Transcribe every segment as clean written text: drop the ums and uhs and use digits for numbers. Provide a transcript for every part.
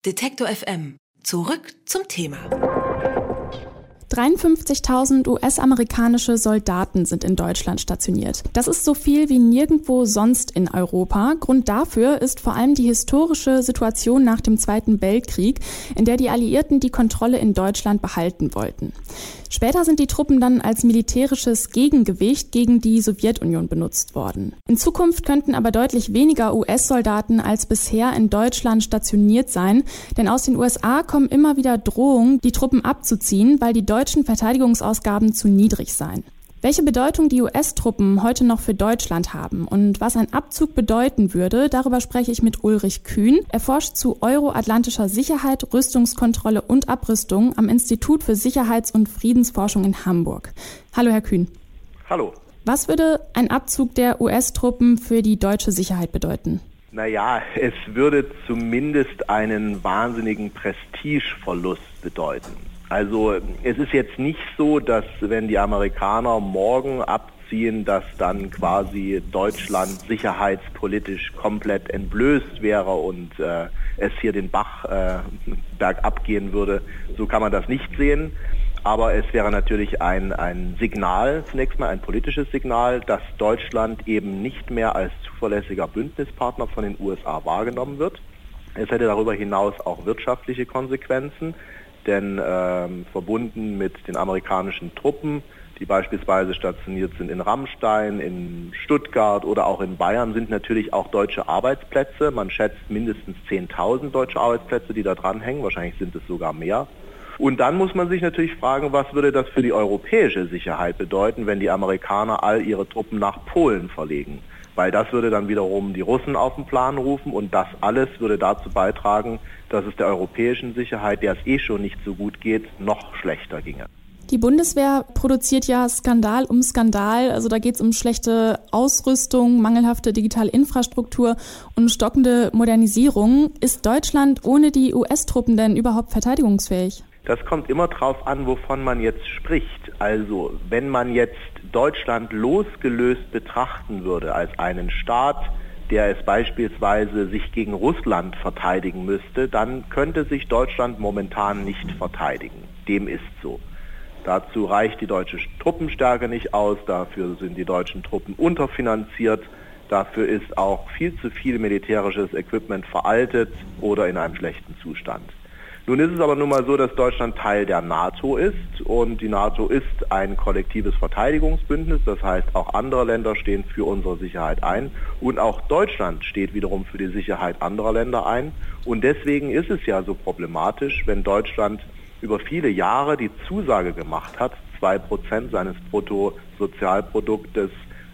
Detektor FM. Zurück zum Thema. 53.000 US-amerikanische Soldaten sind in Deutschland stationiert. Das ist so viel wie nirgendwo sonst in Europa. Grund dafür ist vor allem die historische Situation nach dem Zweiten Weltkrieg, in der die Alliierten die Kontrolle in Deutschland behalten wollten. Später sind die Truppen dann als militärisches Gegengewicht gegen die Sowjetunion benutzt worden. In Zukunft könnten aber deutlich weniger US-Soldaten als bisher in Deutschland stationiert sein, denn aus den USA kommen immer wieder Drohungen, die Truppen abzuziehen, weil die deutschen Verteidigungsausgaben zu niedrig seien. Welche Bedeutung die US-Truppen heute noch für Deutschland haben und was ein Abzug bedeuten würde, darüber spreche ich mit Ulrich Kühn. Er forscht zu euroatlantischer Sicherheit, Rüstungskontrolle und Abrüstung am Institut für Sicherheits- und Friedensforschung in Hamburg. Hallo, Herr Kühn. Hallo. Was würde ein Abzug der US-Truppen für die deutsche Sicherheit bedeuten? Naja, es würde zumindest einen wahnsinnigen Prestigeverlust bedeuten. Also es ist jetzt nicht so, dass wenn die Amerikaner morgen abziehen, dass dann quasi Deutschland sicherheitspolitisch komplett entblößt wäre und es hier den Bach bergab gehen würde. So kann man das nicht sehen. Aber es wäre natürlich ein Signal, zunächst mal ein politisches Signal, dass Deutschland eben nicht mehr als zuverlässiger Bündnispartner von den USA wahrgenommen wird. Es hätte darüber hinaus auch wirtschaftliche Konsequenzen. Denn verbunden mit den amerikanischen Truppen, die beispielsweise stationiert sind in Ramstein, in Stuttgart oder auch in Bayern, sind natürlich auch deutsche Arbeitsplätze. Man schätzt mindestens 10.000 deutsche Arbeitsplätze, die da dranhängen. Wahrscheinlich sind es sogar mehr. Und dann muss man sich natürlich fragen, was würde das für die europäische Sicherheit bedeuten, wenn die Amerikaner all ihre Truppen nach Polen verlegen? Weil das würde dann wiederum die Russen auf den Plan rufen und das alles würde dazu beitragen, dass es der europäischen Sicherheit, der es schon nicht so gut geht, noch schlechter ginge. Die Bundeswehr produziert ja Skandal um Skandal. Also da geht es um schlechte Ausrüstung, mangelhafte digitale Infrastruktur und stockende Modernisierung. Ist Deutschland ohne die US-Truppen denn überhaupt verteidigungsfähig? Das kommt immer drauf an, wovon man jetzt spricht. Also wenn man jetzt Deutschland losgelöst betrachten würde als einen Staat, der es beispielsweise sich gegen Russland verteidigen müsste, dann könnte sich Deutschland momentan nicht verteidigen. Dem ist so. Dazu reicht die deutsche Truppenstärke nicht aus, dafür sind die deutschen Truppen unterfinanziert, dafür ist auch viel zu viel militärisches Equipment veraltet oder in einem schlechten Zustand. Nun ist es aber nun mal so, dass Deutschland Teil der NATO ist und die NATO ist ein kollektives Verteidigungsbündnis, das heißt auch andere Länder stehen für unsere Sicherheit ein und auch Deutschland steht wiederum für die Sicherheit anderer Länder ein und deswegen ist es ja so problematisch, wenn Deutschland über viele Jahre die Zusage gemacht hat, 2% seines Bruttosozialproduktes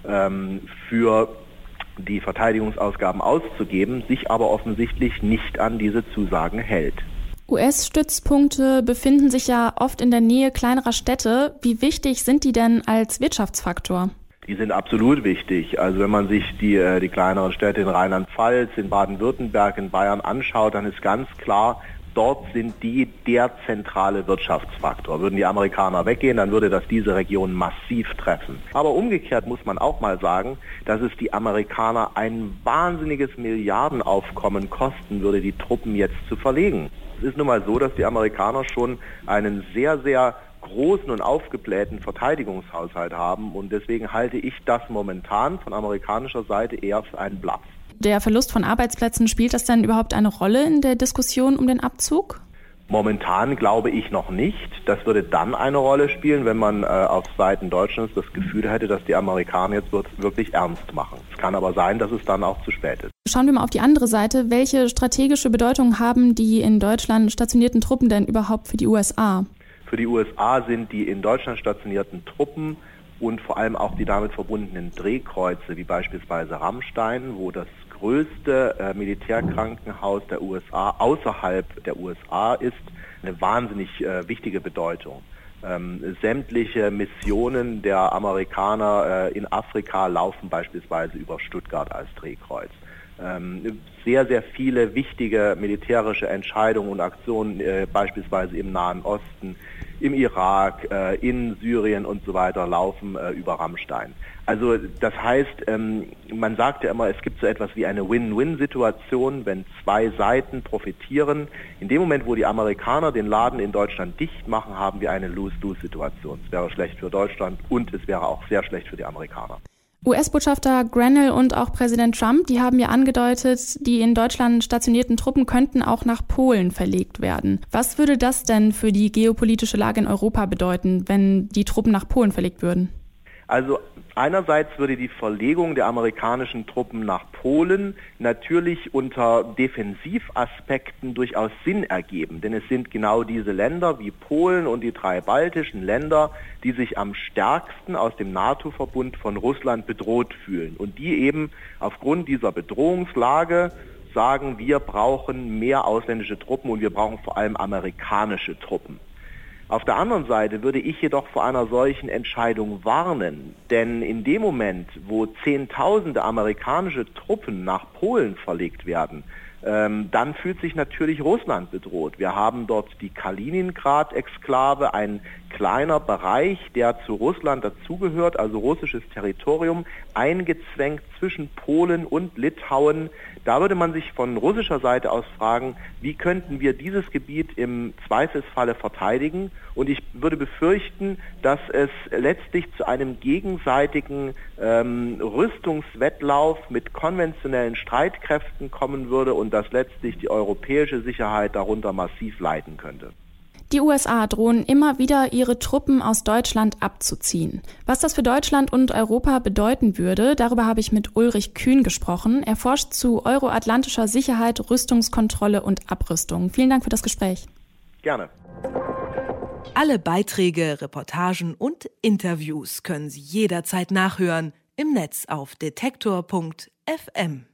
für die Verteidigungsausgaben auszugeben, sich aber offensichtlich nicht an diese Zusagen hält. US-Stützpunkte befinden sich ja oft in der Nähe kleinerer Städte. Wie wichtig sind die denn als Wirtschaftsfaktor? Die sind absolut wichtig. Also wenn man sich die kleineren Städte in Rheinland-Pfalz, in Baden-Württemberg, in Bayern anschaut, dann ist ganz klar, dort sind die der zentrale Wirtschaftsfaktor. Würden die Amerikaner weggehen, dann würde das diese Region massiv treffen. Aber umgekehrt muss man auch mal sagen, dass es die Amerikaner ein wahnsinniges Milliardenaufkommen kosten würde, die Truppen jetzt zu verlegen. Es ist nun mal so, dass die Amerikaner schon einen sehr, sehr großen und aufgeblähten Verteidigungshaushalt haben und deswegen halte ich das momentan von amerikanischer Seite eher für einen Bluff. Der Verlust von Arbeitsplätzen, spielt das denn überhaupt eine Rolle in der Diskussion um den Abzug? Momentan glaube ich noch nicht. Das würde dann eine Rolle spielen, wenn man auf Seiten Deutschlands das Gefühl hätte, dass die Amerikaner jetzt wirklich ernst machen. Es kann aber sein, dass es dann auch zu spät ist. Schauen wir mal auf die andere Seite. Welche strategische Bedeutung haben die in Deutschland stationierten Truppen denn überhaupt für die USA? Für die USA sind die in Deutschland stationierten Truppen und vor allem auch die damit verbundenen Drehkreuze, wie beispielsweise Ramstein, wo das größte Militärkrankenhaus der USA außerhalb der USA ist, eine wahnsinnig wichtige Bedeutung. Sämtliche Missionen der Amerikaner in Afrika laufen beispielsweise über Stuttgart als Drehkreuz. Sehr, sehr viele wichtige militärische Entscheidungen und Aktionen, beispielsweise im Nahen Osten, im Irak, in Syrien und so weiter laufen über Rammstein. Also das heißt, man sagt ja immer, es gibt so etwas wie eine Win-Win-Situation, wenn zwei Seiten profitieren. In dem Moment, wo die Amerikaner den Laden in Deutschland dicht machen, haben wir eine Lose-Lose-Situation. Es wäre schlecht für Deutschland und es wäre auch sehr schlecht für die Amerikaner. US-Botschafter Grenell und auch Präsident Trump, die haben ja angedeutet, die in Deutschland stationierten Truppen könnten auch nach Polen verlegt werden. Was würde das denn für die geopolitische Lage in Europa bedeuten, wenn die Truppen nach Polen verlegt würden? Also einerseits würde die Verlegung der amerikanischen Truppen nach Polen natürlich unter Defensivaspekten durchaus Sinn ergeben. Denn es sind genau diese Länder wie Polen und die 3 baltischen Länder, die sich am stärksten aus dem NATO-Verbund von Russland bedroht fühlen. Und die eben aufgrund dieser Bedrohungslage sagen, wir brauchen mehr ausländische Truppen und wir brauchen vor allem amerikanische Truppen. Auf der anderen Seite würde ich jedoch vor einer solchen Entscheidung warnen, denn in dem Moment, wo Zehntausende amerikanische Truppen nach Polen verlegt werden, dann fühlt sich natürlich Russland bedroht. Wir haben dort die Kaliningrad-Exklave, ein kleiner Bereich, der zu Russland dazugehört, also russisches Territorium, eingezwängt zwischen Polen und Litauen. Da würde man sich von russischer Seite aus fragen, wie könnten wir dieses Gebiet im Zweifelsfalle verteidigen? Und ich würde befürchten, dass es letztlich zu einem gegenseitigen Rüstungswettlauf mit konventionellen Streitkräften kommen würde und dass letztlich die europäische Sicherheit darunter massiv leiden könnte. Die USA drohen immer wieder, ihre Truppen aus Deutschland abzuziehen. Was das für Deutschland und Europa bedeuten würde, darüber habe ich mit Ulrich Kühn gesprochen. Er forscht zu euroatlantischer Sicherheit, Rüstungskontrolle und Abrüstung. Vielen Dank für das Gespräch. Gerne. Alle Beiträge, Reportagen und Interviews können Sie jederzeit nachhören im Netz auf detektor.fm.